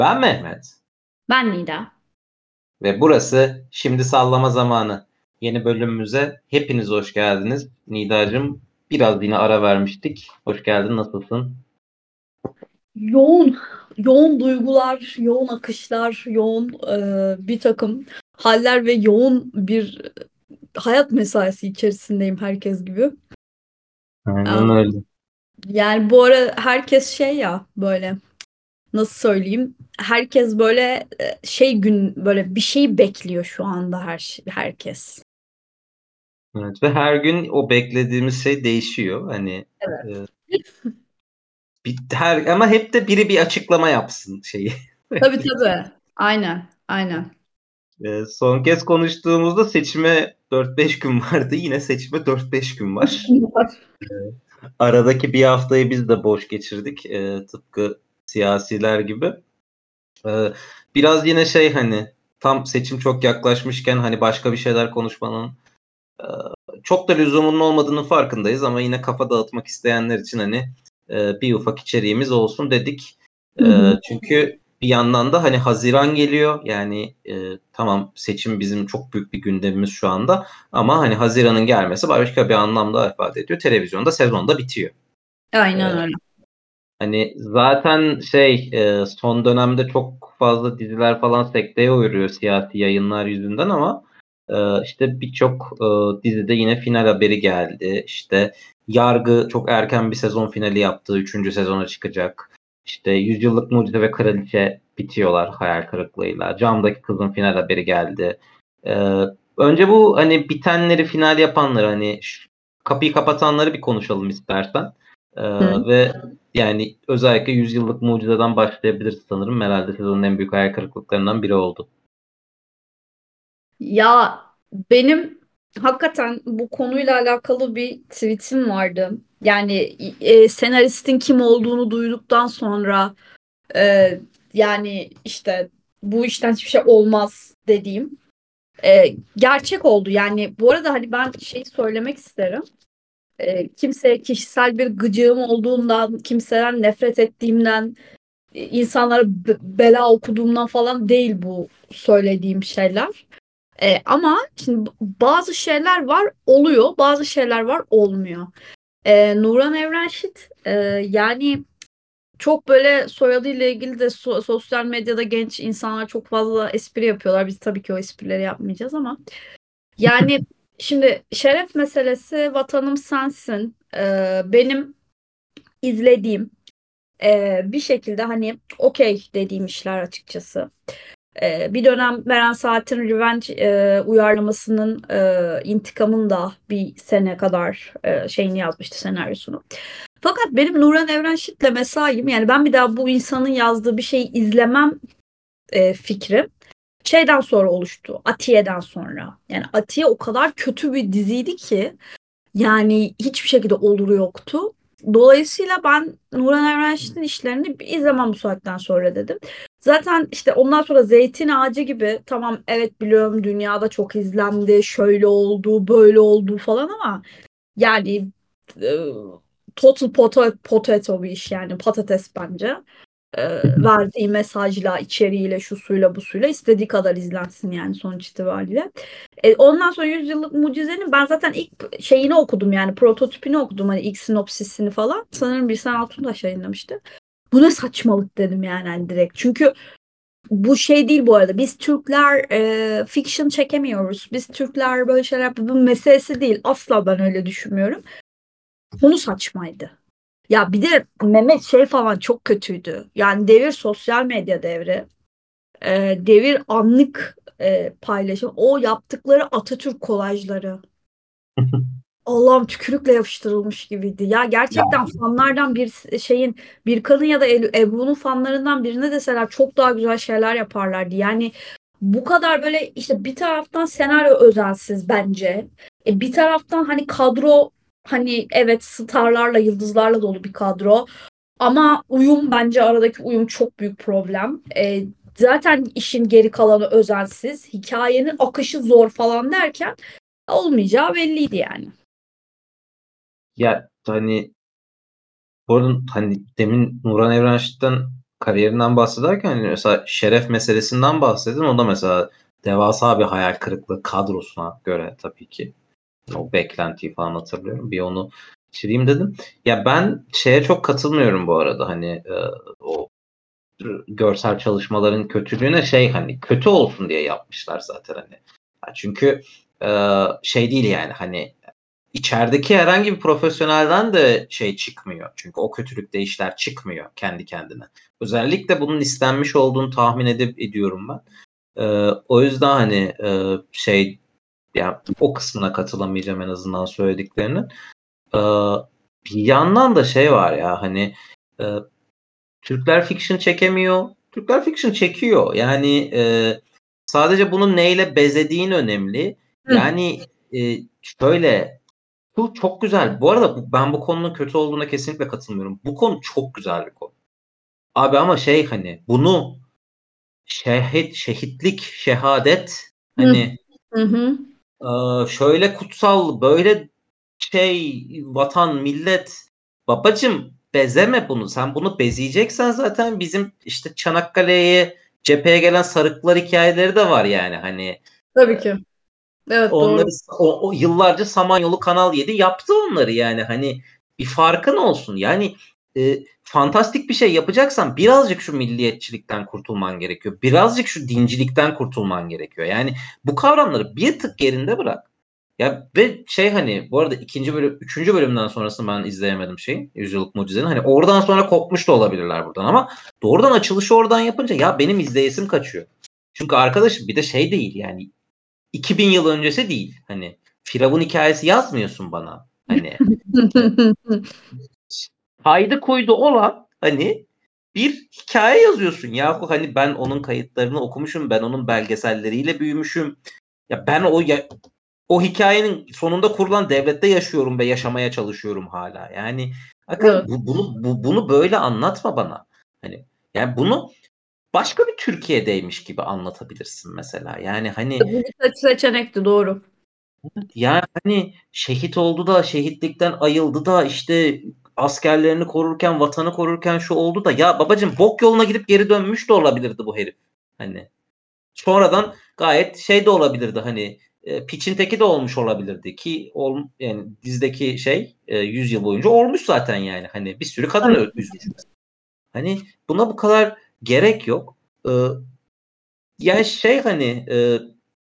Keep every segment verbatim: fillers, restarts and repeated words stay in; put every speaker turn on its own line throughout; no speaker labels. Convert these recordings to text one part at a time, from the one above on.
Ben Mehmet
Ben Nida.
ve burası Şimdi Sallama Zamanı. Yeni bölümümüze hepiniz hoş geldiniz. Nidacığım biraz yine ara vermiştik. Hoş geldin, nasılsın?
Yoğun, yoğun duygular, yoğun akışlar, yoğun e, bir takım haller ve yoğun bir hayat mesaisi içerisindeyim herkes gibi.
Aynen
Aa,
öyle.
Yani bu ara herkes şey ya böyle nasıl söyleyeyim? Herkes böyle e, şey gün böyle bir şey bekliyor şu anda her şey- herkes.
Evet, ve her gün o beklediğimiz şey değişiyor. Hani
Evet.
e, bir, her ama hep de biri bir açıklama yapsın şeyi.
Tabii tabii. Aynen, aynen.
E, son kez konuştuğumuzda seçime dört beş gün vardı. Yine seçime dört beş gün var. Aradaki bir haftayı biz de boş geçirdik. E, tıpkı siyasiler gibi. Ee, biraz yine şey hani tam seçim çok yaklaşmışken hani başka bir şeyler konuşmanın e, çok da lüzumunun olmadığını farkındayız ama yine kafa dağıtmak isteyenler için hani e, bir ufak içeriğimiz olsun dedik.
Hı
E,
hı.
çünkü bir yandan da hani Haziran geliyor yani e, tamam seçim bizim çok büyük bir gündemimiz şu anda ama hani Haziran'ın gelmesi başka bir anlamda ifade ediyor. Televizyonda sezon da bitiyor.
Aynen
E,
öyle.
Hani zaten şey e, son dönemde çok fazla diziler falan sekteye uğruyor siyasi yayınlar yüzünden ama e, işte birçok e, dizide yine final haberi geldi. İşte Yargı çok erken bir sezon finali yaptı. Üçüncü sezona çıkacak. İşte Yüzyıllık Mucize ve Kraliçe bitiyorlar hayal kırıklığıyla. Camdaki Kızın final haberi geldi. E, önce bu hani bitenleri final yapanları hani şu- kapıyı kapatanları bir konuşalım istersen. E,
Hı.
ve yani özellikle Yüzyıllık Mucize'den başlayabiliriz sanırım. Herhalde sezonun en büyük hayal kırıklıklarından biri oldu.
Ya benim hakikaten bu konuyla alakalı bir tweetim vardı. Yani e, senaristin kim olduğunu duyduktan sonra e, yani işte bu işten hiçbir şey olmaz dediğim e, gerçek oldu. Yani bu arada hani ben şey söylemek isterim. E, kimseye kişisel bir gıcığım olduğundan, kimseden nefret ettiğimden, e, insanlara be- bela okuduğumdan falan değil bu söylediğim şeyler. E, ama şimdi bazı şeyler var oluyor, bazı şeyler var olmuyor. E, Nuran Evrenşit e, yani çok böyle soyadıyla ilgili de so- sosyal medyada genç insanlar çok fazla espri yapıyorlar. Biz tabii ki o esprileri yapmayacağız ama yani şimdi şeref meselesi Vatanım Sensin. E, benim izlediğim e, bir şekilde hani okey dediğim işler açıkçası. Ee, bir dönem Beren Saat'in Revenge e, uyarlamasının e, intikamın da bir sene kadar e, şeyini yazmıştı senaryosunu. Fakat benim Nuran Evrenşit'le mesaim yani ben bir daha bu insanın yazdığı bir şeyi izlemem e, fikrim şeyden sonra oluştu. Atiye'den sonra. Yani Atiye o kadar kötü bir diziydi ki yani hiçbir şekilde oluru yoktu. Dolayısıyla ben Nuran Evrenşit'in işlerini bir izlemem bu saatten sonra dedim. Zaten işte ondan sonra Zeytin Ağacı gibi tamam evet biliyorum dünyada çok izlendi, şöyle oldu, böyle oldu falan ama yani e, total potato, potato bir iş yani patates bence. E, verdiği mesajla, içeriğiyle, şu suyla, bu suyla istediği kadar izlensin yani sonuç itibariyle. E, ondan sonra Yüzyıllık Mucize'nin ben zaten ilk şeyini okudum yani prototipini okudum hani ilk sinopsisini falan. Sanırım Birsen Altuntaş yayınlamıştı. Bu ne saçmalık dedim yani hani direkt. Çünkü bu şey değil bu arada. Biz Türkler e, fiction çekemiyoruz. Biz Türkler böyle şeyler bu meselesi değil. Asla ben öyle düşünmüyorum. Konu saçmaydı. Ya bir de Mehmet şey falan çok kötüydü. Yani devir sosyal medya devri. E, devir anlık e, paylaşım. O yaptıkları Atatürk kolajları. Allah'ım tükürükle yapıştırılmış gibiydi. Ya
Ya,
gerçekten fanlardan bir şeyin Birkan'ın ya da Eb- Ebru'nun fanlarından birine deseler çok daha güzel şeyler yaparlardı. Yani bu kadar böyle işte bir taraftan senaryo özensiz bence. E, bir taraftan hani kadro hani evet starlarla yıldızlarla dolu bir kadro. Ama uyum bence aradaki uyum çok büyük problem. E, zaten işin geri kalanı özensiz. Hikayenin akışı zor falan derken olmayacağı belliydi yani.
ya hani bu arada hani demin Nuran Evrenşit'ten kariyerinden bahsederken hani mesela şeref meselesinden bahsedin. O da mesela devasa bir hayal kırıklığı kadrosuna göre tabii ki. O beklentiyi falan hatırlıyorum. Bir onu çizeyim dedim. Ya ben şeye çok katılmıyorum bu arada. Hani e, o görsel çalışmaların kötülüğüne şey hani kötü olsun diye yapmışlar zaten hani. Ya çünkü e, şey değil yani hani içerideki herhangi bir profesyonelden de şey çıkmıyor. Çünkü o kötülükte işler çıkmıyor kendi kendine. Özellikle bunun istenmiş olduğunu tahmin edip ediyorum ben. E, o yüzden hani e, şey yani o kısmına katılamayacağım en azından söylediklerinin. Ee, bir yandan da şey var ya hani e, Türkler fiction çekemiyor. Türkler fiction çekiyor. Yani e, sadece bunu neyle bezediğin önemli.
Hı.
Yani e, şöyle bu çok güzel. Bu arada bu- ben bu konunun kötü olduğuna kesinlikle katılmıyorum. Bu konu çok güzel bir konu. Abi ama şey hani bunu şehit, şehitlik, şehadet
Hı
hani
hı. Hı.
Ee, şöyle kutsal, böyle şey, vatan, millet. Babacım bezeme bunu. Sen bunu bezeyeceksen zaten bizim işte Çanakkale'ye cepheye gelen sarıklar hikayeleri de var yani. Hani
Tabii ki. Evet,
onları
doğru.
o, o yıllarca Samanyolu Kanal yedi yaptı onları yani. Hani bir farkın olsun. Yani e, fantastik bir şey yapacaksan birazcık şu milliyetçilikten kurtulman gerekiyor. Birazcık şu dincilikten kurtulman gerekiyor. Yani bu kavramları bir tık yerinde bırak. Ya ve şey hani bu arada ikinci bölüm, üçüncü bölümden sonrasını ben izleyemedim şeyin. Yüzyıllık Mucize'nin. Hani oradan sonra kopmuş da olabilirler buradan ama doğrudan açılışı oradan yapınca ya benim izleyesim kaçıyor. Çünkü arkadaşım bir de şey değil yani iki bin yıl öncesi değil. Hani Firavun hikayesi yazmıyorsun bana. Hani e, kaydı kuydu olan hani bir hikaye yazıyorsun. Yahu hani ben onun kayıtlarını okumuşum. Ben onun belgeselleriyle büyümüşüm. Ya ben o ya, o hikayenin sonunda kurulan devlette yaşıyorum ve yaşamaya çalışıyorum hala. Yani
Evet.
bakın bu, bunu bu, bunu böyle anlatma bana. Hani yani bunu başka bir Türkiye'deymiş gibi anlatabilirsin mesela. Yani hani
Bu bir seçenekti, doğru.
yani hani şehit oldu da şehitlikten ayıldı da işte askerlerini korurken vatanı korurken şu oldu da ya babacım bok yoluna gidip geri dönmüş de olabilirdi bu herif. Hani sonradan gayet şey de olabilirdi hani e, piçin teki de olmuş olabilirdi ki ol, yani dizdeki şey e, yüz yıl boyunca olmuş zaten yani hani bir sürü kadın
Evet.
ö- üzmüş. Hani buna bu kadar gerek yok. E, yani şey hani e,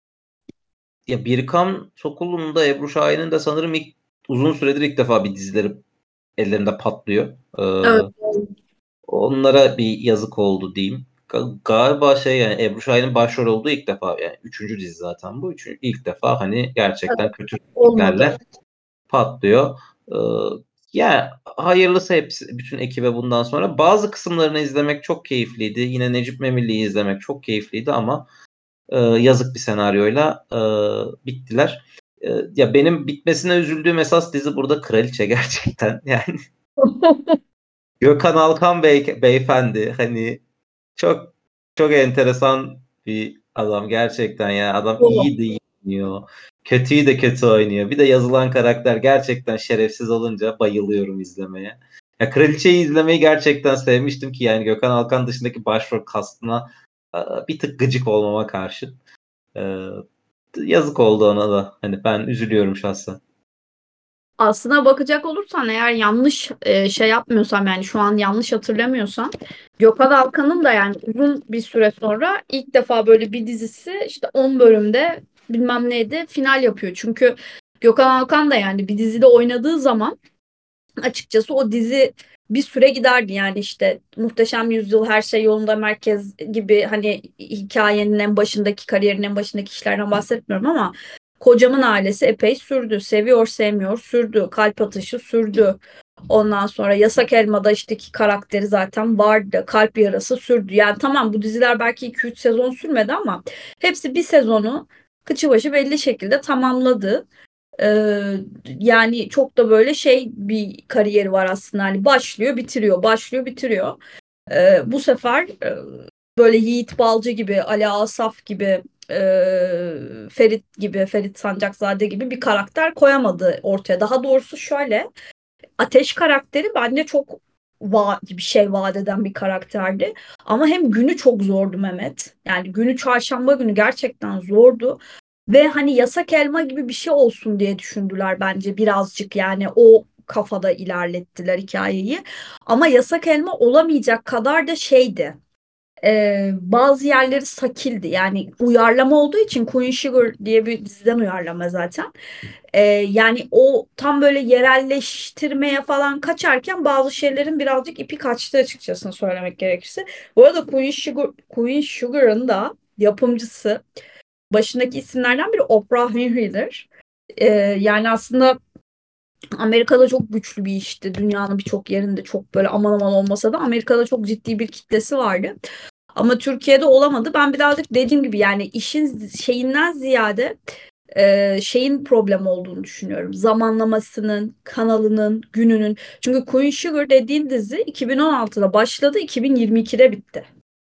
ya Birkan Sokullu'nun da Ebru Şahin'in de sanırım ilk, uzun süredir ilk defa bir dizileri ellerinde patlıyor.
Evet.
Ee, onlara bir yazık oldu diyeyim. Ga- Galiba şey yani Ebru Şahin'in başrol olduğu ilk defa yani üçüncü dizi zaten bu. Üçüncü, ilk defa hani gerçekten
Evet.
kötü
Olmadı.
reytinglerle patlıyor. Ee, yani hayırlısı hepsi bütün ekibe bundan sonra. Bazı kısımlarını izlemek çok keyifliydi. Yine Necip Memilli'yi izlemek çok keyifliydi ama e, yazık bir senaryoyla e, bittiler. E, ya benim bitmesine üzüldüğüm esas dizi burada Kraliçe gerçekten. Yani Gökhan Alkan Bey, beyefendi hani çok çok enteresan bir adam gerçekten ya. Adam
Doğru.
iyi de iyi oynuyor. Kötüyü de kötü oynuyor. Bir de yazılan karakter gerçekten şerefsiz olunca bayılıyorum izlemeye. Ya Kraliçeyi izlemeyi gerçekten sevmiştim ki yani Gökhan Alkan dışındaki başrol kastına e, bir tık gıcık olmama karşı. E, yazık oldu ona da. Hani ben üzülüyorum şahsen.
Aslına bakacak olursan, eğer yanlış e, şey yapmıyorsam, yani şu an yanlış hatırlamıyorsam, Gökhan Alkan'ın da yani uzun bir süre sonra ilk defa böyle bir dizisi işte on bölümde bilmem neydi final yapıyor. Çünkü Gökhan Alkan da yani bir dizide oynadığı zaman açıkçası o dizi bir süre giderdi. Yani işte Muhteşem Yüzyıl, Her Şey Yolunda, Merkez gibi hani hikayenin en başındaki, kariyerin en başındaki işlerden bahsetmiyorum ama Kocamın Ailesi epey sürdü. Seviyor Sevmiyor sürdü. Kalp Atışı sürdü. Ondan sonra Yasak Elma'da işteki karakteri zaten vardı. Kalp Yarası sürdü. Yani tamam, bu diziler belki iki üç sezon sürmedi ama hepsi bir sezonu kıçı başı belli şekilde tamamladı. Ee, yani çok da böyle şey bir kariyeri var aslında. Hani başlıyor, bitiriyor, başlıyor, bitiriyor. Ee, bu sefer e, böyle Yiğit Balcı gibi, Ali Asaf gibi, e, Ferit gibi, Ferit Sancakzade gibi bir karakter koyamadı ortaya. Daha doğrusu şöyle, Ateş karakteri bence çok va- bir şey vaat eden bir karakterdi. Ama hem günü çok zordu Mehmet. Yani günü çarşamba günü gerçekten zordu. Ve hani yasak elma gibi bir şey olsun diye düşündüler bence birazcık, yani o kafada ilerlettiler hikayeyi. Ama yasak elma olamayacak kadar da şeydi. Ee, bazı yerleri sakildi. Yani uyarlama olduğu için Queen Sugar diye bir diziden uyarlama zaten. Ee, yani o tam böyle yerelleştirmeye falan kaçarken bazı şeylerin birazcık ipi kaçtı açıkçası söylemek gerekirse. Bu arada Queen Sugar, Queen Sugar'ın da yapımcısı, başındaki isimlerden biri Oprah Winfrey'dir. Ee, yani aslında Amerika'da çok güçlü bir işti. Dünyanın birçok yerinde çok böyle aman aman olmasa da Amerika'da çok ciddi bir kitlesi vardı. Ama Türkiye'de olamadı. Ben birazcık dediğim gibi yani işin şeyinden ziyade e, şeyin problem olduğunu düşünüyorum. Zamanlamasının, kanalının, gününün. Çünkü Queen Sugar dediğin dizi iki bin on altıda başladı, iki bin yirmi ikide bitti.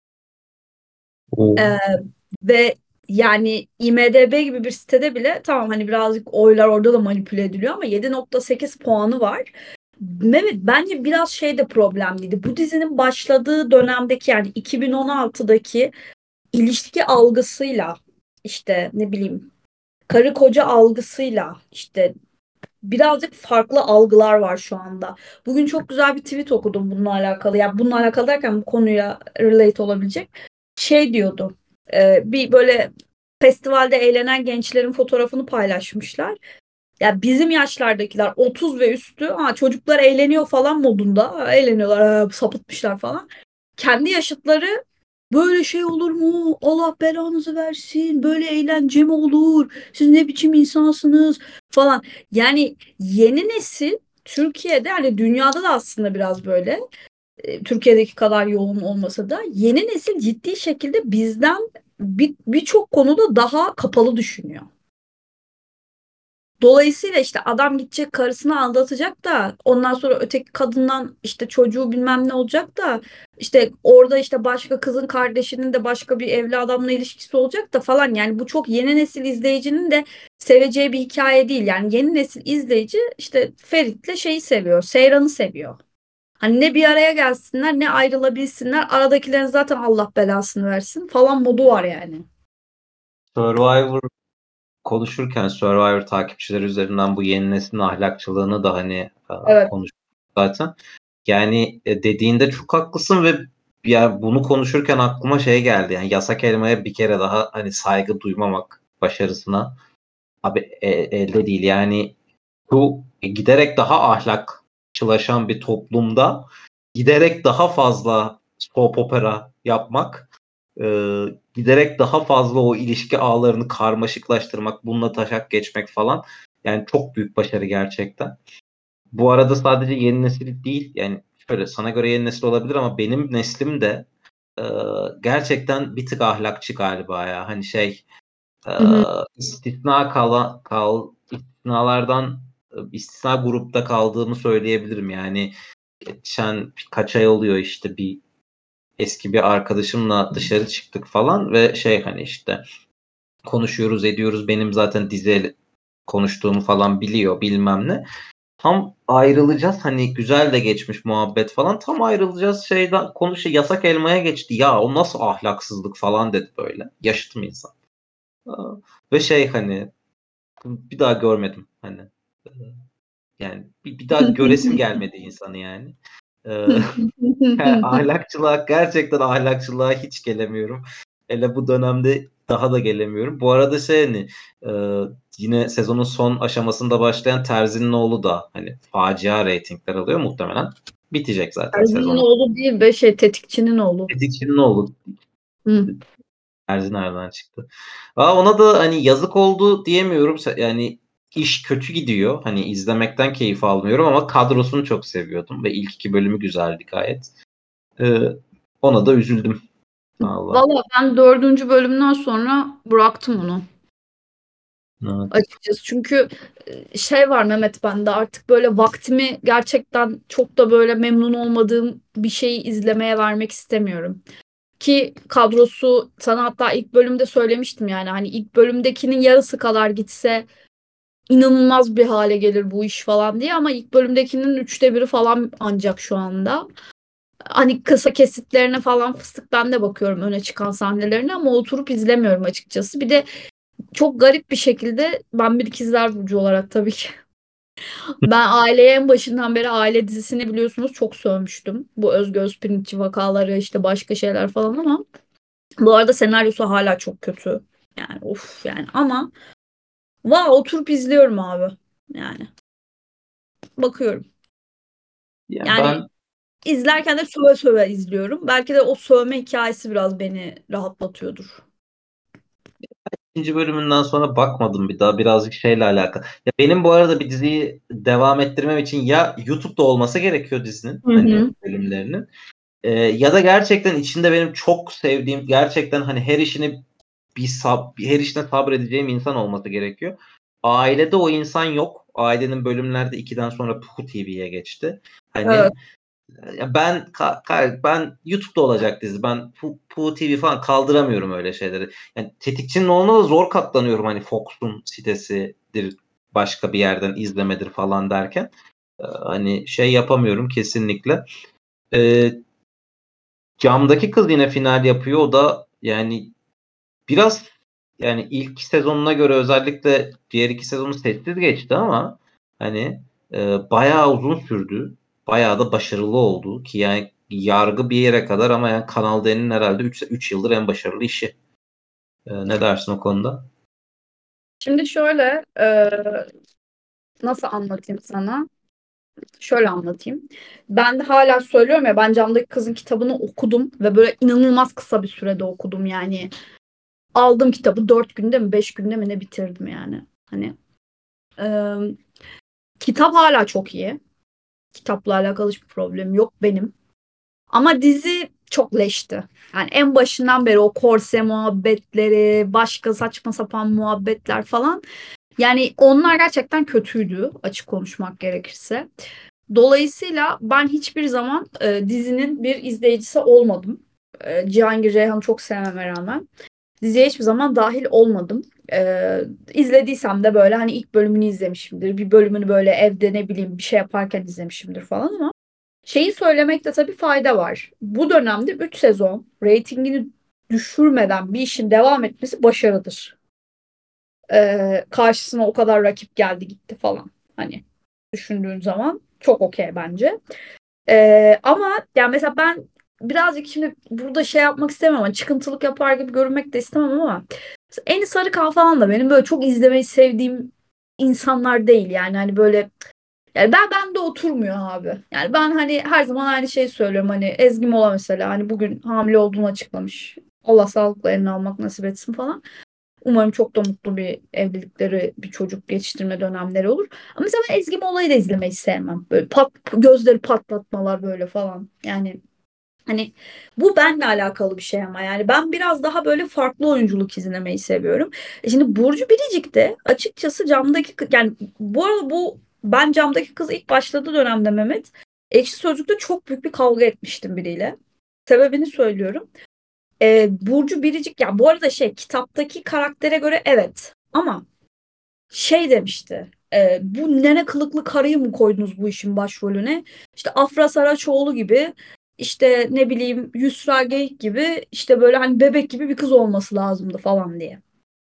Oo.
E, ve yani IMDb gibi bir sitede bile tamam hani birazcık oylar orada da manipüle ediliyor ama yedi nokta sekiz puanı var. Mehmet, bence biraz şey de problemliydi. Bu dizinin başladığı dönemdeki yani iki bin on altıdaki ilişki algısıyla, işte ne bileyim, karı koca algısıyla, işte birazcık farklı algılar var şu anda. Bugün çok güzel bir tweet okudum bununla alakalı. Yani bununla alakalı derken bu konuya relate olabilecek. Şey diyordu. E, bir böyle festivalde eğlenen gençlerin fotoğrafını paylaşmışlar. Ya bizim yaşlardakiler otuz ve üstü, ha çocuklar eğleniyor falan modunda. Ha, eğleniyorlar, ha, sapıtmışlar falan. Kendi yaşıtları böyle şey olur mu? Allah belanızı versin. Böyle eğlence mi olur? Siz ne biçim insansınız falan. Yani yeni nesil Türkiye'de, hani dünyada da aslında biraz böyle, e, Türkiye'deki kadar yoğun olmasa da yeni nesil ciddi şekilde bizden bir birçok konuda daha kapalı düşünüyor. Dolayısıyla işte adam gidecek karısını aldatacak da ondan sonra öteki kadından işte çocuğu bilmem ne olacak da işte orada işte başka kızın kardeşinin de başka bir evli adamla ilişkisi olacak da falan. Yani bu çok yeni nesil izleyicinin de seveceği bir hikaye değil. Yani yeni nesil izleyici işte Ferit'le şeyi seviyor, Seyran'ı seviyor. Hani ne bir araya gelsinler ne ayrılabilsinler, aradakilerin zaten Allah belasını versin falan modu var yani.
Survivor konuşurken Survivor takipçileri üzerinden bu yeni neslin ahlakçılığını da hani e,
Evet.
konuştuk zaten. Yani e, dediğinde çok haklısın ve ya bunu konuşurken aklıma şey geldi. Yani yasak elmaya bir kere daha hani saygı duymamak başarısına abi e- elde değil. Yani bu giderek daha ahlakçılaşan bir toplumda giderek daha fazla soap opera yapmak, e, giderek daha fazla o ilişki ağlarını karmaşıklaştırmak, bununla taşak geçmek falan. Yani çok büyük başarı gerçekten. Bu arada sadece yeni nesil değil, yani şöyle sana göre yeni nesil olabilir ama benim neslim de e, gerçekten bir tık ahlakçı galiba ya. Hani şey e,
Hı hı.
istisna kala, kal istisnalardan e, istisna grupta kaldığımı söyleyebilirim. Yani geçen kaç ay oluyor işte bir eski bir arkadaşımla dışarı çıktık falan ve şey hani işte konuşuyoruz ediyoruz. Benim zaten dizi konuştuğumu falan biliyor bilmem ne. Tam ayrılacağız hani güzel de geçmiş muhabbet falan. Tam ayrılacağız şeyden konuşu yasak elmaya geçti. Ya o nasıl ahlaksızlık falan dedi böyle. Yaşıt mı insan? Aa, ve şey hani bir daha görmedim hani. Ee, Yani bir, bir daha göresim gelmedi insanı yani. Ee, ahlakçılığa gerçekten ahlakçılığa hiç gelemiyorum. Hele bu dönemde daha da gelemiyorum. Bu arada şey hani e, yine sezonun son aşamasında başlayan Terzi'nin oğlu da hani facia reytingler alıyor muhtemelen. Bitecek zaten
Terzi'nin
sezonu.
oğlu değil be, şey, tetikçinin oğlu.
Tetikçinin oğlu.
Hı.
Terzi nereden çıktı? Aa, ona da hani yazık oldu diyemiyorum. Se- Yani iş kötü gidiyor. Hani izlemekten keyif almıyorum ama kadrosunu çok seviyordum ve ilk iki bölümü güzeldi gayet. Ee, ona da üzüldüm. Valla.
Valla ben dördüncü bölümden sonra bıraktım onu
Evet.
açıkçası. Çünkü e, şey var Mehmet, bende artık böyle vaktimi gerçekten çok da böyle memnun olmadığım bir şeyi izlemeye vermek istemiyorum. Ki kadrosu sana hatta ilk bölümde söylemiştim, yani hani ilk bölümdekinin yarısı kadar gitse inanılmaz bir hale gelir bu iş falan diye ama ilk bölümdekinin üçte biri falan ancak şu anda. Hani kısa kesitlerine falan fıstık ben de bakıyorum öne çıkan sahnelerine ama oturup izlemiyorum açıkçası. Bir de çok garip bir şekilde ben bir ikizler burcu olarak tabii ki ben aileye en başından beri aile dizisini biliyorsunuz çok sövmüştüm. Bu Özge Özpirinççi vakaları işte başka şeyler falan ama bu arada senaryosu hala çok kötü. Yani of yani ama va oturup izliyorum abi. Yani bakıyorum.
Ya
Yani
ben
izlerken de söve söve izliyorum. Belki de o sövme hikayesi biraz beni rahatlatıyordur.
ikinci bölümünden sonra bakmadım bir daha, birazcık şeyle alakalı. Ya benim bu arada bir diziyi devam ettirmem için ya YouTube'da olması gerekiyor dizinin
Hı
hani
hı.
bölümlerinin. Ee, ya da gerçekten içinde benim çok sevdiğim, gerçekten hani her işini bir sab her işine sabredeceğim insan olması gerekiyor. Ailede o insan yok. Ailenin bölümlerde ikiden sonra Puhu T V'ye geçti.
Evet.
Hani ya ben ka- ka- ben YouTube'da olacak dizi. Ben Pu- Puhu T V falan kaldıramıyorum öyle şeyleri. Yani tetikçinin olana da zor katlanıyorum, hani Fox'un sitesidir, başka bir yerden izlemedir falan derken. Ee, hani şey yapamıyorum kesinlikle. Ee, Camdaki Kız yine final yapıyor. O da yani biraz, yani ilk sezonuna göre özellikle diğer iki sezonu sessiz geçti ama hani e, bayağı uzun sürdü. Bayağı da başarılı oldu ki yani yargı bir yere kadar, ama yani Kanal D'nin herhalde üç yıldır en başarılı işi. E, ne dersin o konuda?
Şimdi şöyle e, nasıl anlatayım sana? Şöyle anlatayım. Ben de hala söylüyorum ya ben Camdaki Kız'ın kitabını okudum ve böyle inanılmaz kısa bir sürede okudum yani. Aldım kitabı dört günde mi beş günde mi ne bitirdim yani. Hani e, kitap hala çok iyi. Kitapla alakalı hiçbir problem yok benim. Ama dizi çok leşti. Yani en başından beri o korse muhabbetleri, başka saçma sapan muhabbetler falan. Yani onlar gerçekten kötüydü açık konuşmak gerekirse. Dolayısıyla ben hiçbir zaman e, dizinin bir izleyicisi olmadım. E, Cihangir Reyhan'ı çok sevmeme rağmen. Diziye hiçbir zaman dahil olmadım. E, izlediysem de böyle hani ilk bölümünü izlemişimdir. Bir bölümünü böyle evde ne bileyim bir şey yaparken izlemişimdir falan ama şeyi söylemekte tabii fayda var. Bu dönemde üç sezon reytingini düşürmeden bir işin devam etmesi başarıdır. E, karşısına o kadar rakip geldi gitti falan. Hani düşündüğün zaman çok okey bence. Ee, ama yani mesela ben birazcık şimdi burada şey yapmak istemem ama çıkıntılık yapar gibi görünmek de istemem ama Eni Sarıkan falan da benim böyle çok izlemeyi sevdiğim insanlar değil yani hani böyle yani ben bende oturmuyor abi. Yani ben hani her zaman aynı şeyi söylüyorum hani Ezgi Mola mesela hani bugün hamile olduğunu açıklamış. Allah sağlıkla eline almak nasip etsin falan. Umarım çok da mutlu bir evlilikleri, bir çocuk yetiştirme dönemleri olur. Ama mesela ben Ezgi Mola'yı da izlemeyi sevmem. Böyle pat, gözleri patlatmalar böyle falan. Yani hani bu benimle alakalı bir şey ama yani ben biraz daha böyle farklı oyunculuk izlemeyi seviyorum. E şimdi Burcu Biricik de açıkçası camdaki kı- yani bu arada bu ben camdaki kız ilk başladığı dönemde Mehmet Ekşi Sözlük'te çok büyük bir kavga etmiştim biriyle. Sebebini söylüyorum. E, Burcu Biricik ya bu arada şey kitaptaki karaktere göre evet ama şey demişti. E, bu nene kılıklı karıyı mı koydunuz bu işin başrolüne? İşte Afra Saraçoğlu gibi işte ne bileyim Yusra Geyik gibi işte böyle hani bebek gibi bir kız olması lazımdı falan diye.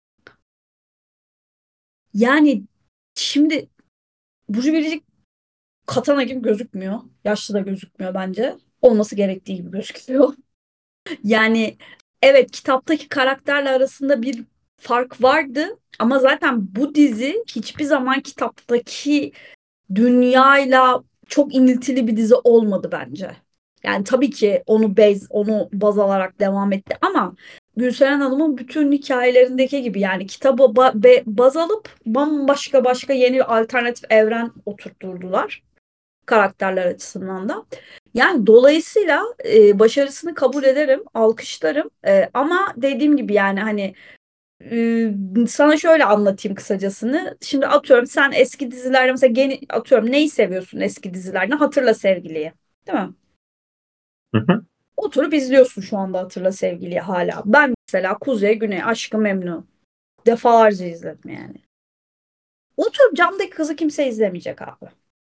Yani şimdi Burcu Biricik Katana gibi gözükmüyor. Yaşlı da gözükmüyor bence. Olması gerektiği gibi gözüküyor. Yani evet kitaptaki karakterle arasında bir fark vardı ama zaten bu dizi hiçbir zaman kitaptaki dünyayla çok iniltili bir dizi olmadı bence. Yani tabii ki onu baz, onu baz alarak devam etti ama Gülseren Hanım'ın bütün hikayelerindeki gibi yani kitabı ba- be- baz alıp bambaşka başka yeni bir alternatif evren oturtturdular karakterler açısından da. Yani dolayısıyla e, başarısını kabul ederim, alkışlarım. E, ama dediğim gibi yani hani e, sana şöyle anlatayım kısacasını. Şimdi atıyorum sen eski dizilerde mesela geni, atıyorum neyi seviyorsun eski dizilerde? Hatırla Sevgiliyi. Değil mi?
Hı hı.
Oturup izliyorsun şu anda Hatırla Sevgiliyi hala. Ben mesela Kuzey Güney Aşk-ı Memnu defalarca izledim yani. Oturup camdaki kızı kimse izlemeyecek abi.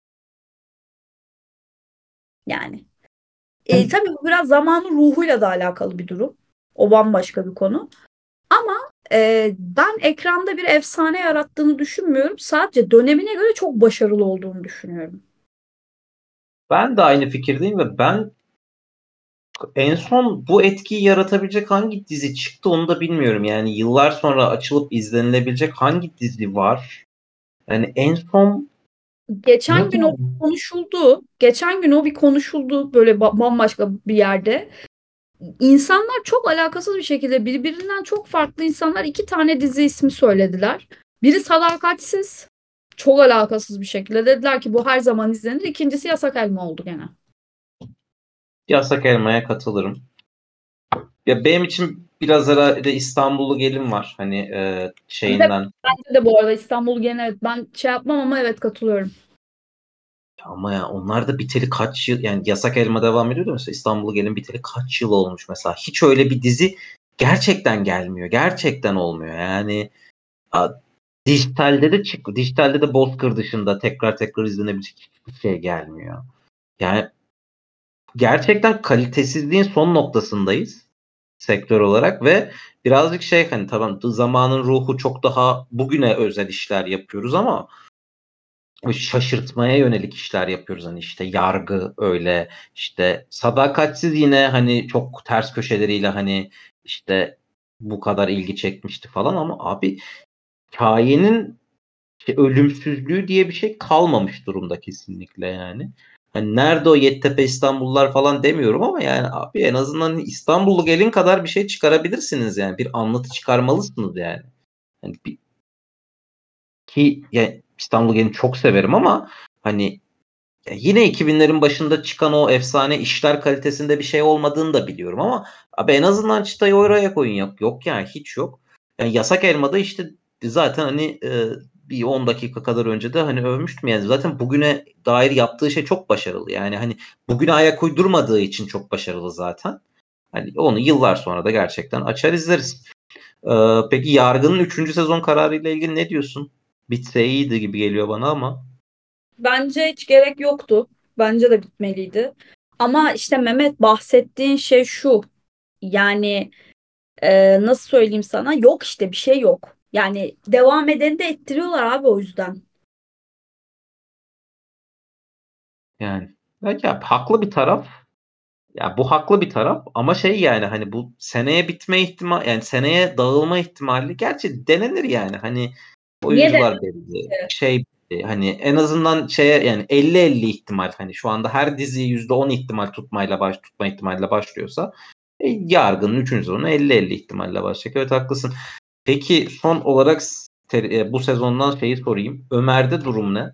Yani. E, tabii bu biraz zamanın ruhuyla da alakalı bir durum. O bambaşka bir konu. Ama e, ben ekranda bir efsane yarattığını düşünmüyorum. Sadece dönemine göre çok başarılı olduğunu düşünüyorum.
Ben de aynı fikirdeyim ve ben en son bu etkiyi yaratabilecek hangi dizi çıktı onu da bilmiyorum. Yani yıllar sonra açılıp izlenilebilecek hangi dizi var? Yani en son
Geçen
ne
gün o
var?
konuşuldu. Geçen gün o bir konuşuldu böyle ba- bambaşka bir yerde. İnsanlar çok alakasız bir şekilde birbirinden çok farklı insanlar iki tane dizi ismi söylediler. Biri Sadakatsiz. Çok alakasız bir şekilde dediler ki bu her zaman izlenir. İkincisi Yasak Elma oldu gene.
Yasak Elma'ya katılırım. Ya benim için biraz herhalde İstanbullu Gelin var. Hani e,
Bir de
şeyinden.
bence de bu arada İstanbul gene evet ben şey yapmam ama evet katılıyorum.
Ama ya onlar da biteli kaç yıl, yani Yasak Elma devam ediyor da mesela İstanbul'u Gelin biteli kaç yıl olmuş mesela. Hiç öyle bir dizi gerçekten gelmiyor. Gerçekten olmuyor. Yani a, dijitalde de çık dijitalde de Bozkır dışında tekrar tekrar izlenebilecek hiçbir şey gelmiyor. Yani gerçekten kalitesizliğin son noktasındayız sektör olarak ve birazcık şey, hani tamam zamanın ruhu, çok daha bugüne özel işler yapıyoruz ama şaşırtmaya yönelik işler yapıyoruz. Hani işte Yargı öyle, işte Sadakatsiz yine hani çok ters köşeleriyle hani işte bu kadar ilgi çekmişti falan ama abi hikayenin işte ölümsüzlüğü diye bir şey kalmamış durumda kesinlikle yani. Hani nerede o Yeditepe İstanbullular falan demiyorum ama yani abi en azından İstanbullu Gelin kadar bir şey çıkarabilirsiniz yani. Bir anlatı çıkarmalısınız yani. Hani bir, ki yani İstanbul Gelin'i çok severim ama hani ya yine iki binlerin başında çıkan o efsane işler kalitesinde bir şey olmadığını da biliyorum ama abi en azından çıtayı oraya koyun. Yok, yok yani hiç yok. Yani Yasak Elma'da işte zaten hani e, bir on dakika kadar önce de hani övmüştüm yani. Zaten bugüne dair yaptığı şey çok başarılı. Yani hani bugüne ayak uydurmadığı için çok başarılı zaten. Hani onu yıllar sonra da gerçekten açar izleriz. Ee, peki Yargı'nın üçüncü sezon kararıyla ilgili ne diyorsun? Bitse iyiydi gibi geliyor bana ama.
Bence hiç gerek yoktu. Bence de bitmeliydi. Ama işte Mehmet bahsettiğin şey şu. Yani e, nasıl söyleyeyim sana? Yok işte bir şey yok. Yani devam edeni de ettiriyorlar abi o yüzden.
Yani evet ya, haklı bir taraf. Ya bu haklı bir taraf ama şey yani hani bu seneye bitme ihtimali, yani seneye dağılma ihtimali gerçi denenir yani. Hani
Niye de
oyuncular belli. Şey belli. Hani en azından şeye yani elli elli ihtimal, hani şu anda her dizi yüzde on ihtimal tutmayla baş tutma ihtimalle başlıyorsa e, Yargı'nın üçüncü sezonu elli elli ihtimalle başlayacak. Evet haklısın. Peki son olarak te- e, bu sezondan şeyi sorayım. Ömer'de durum ne?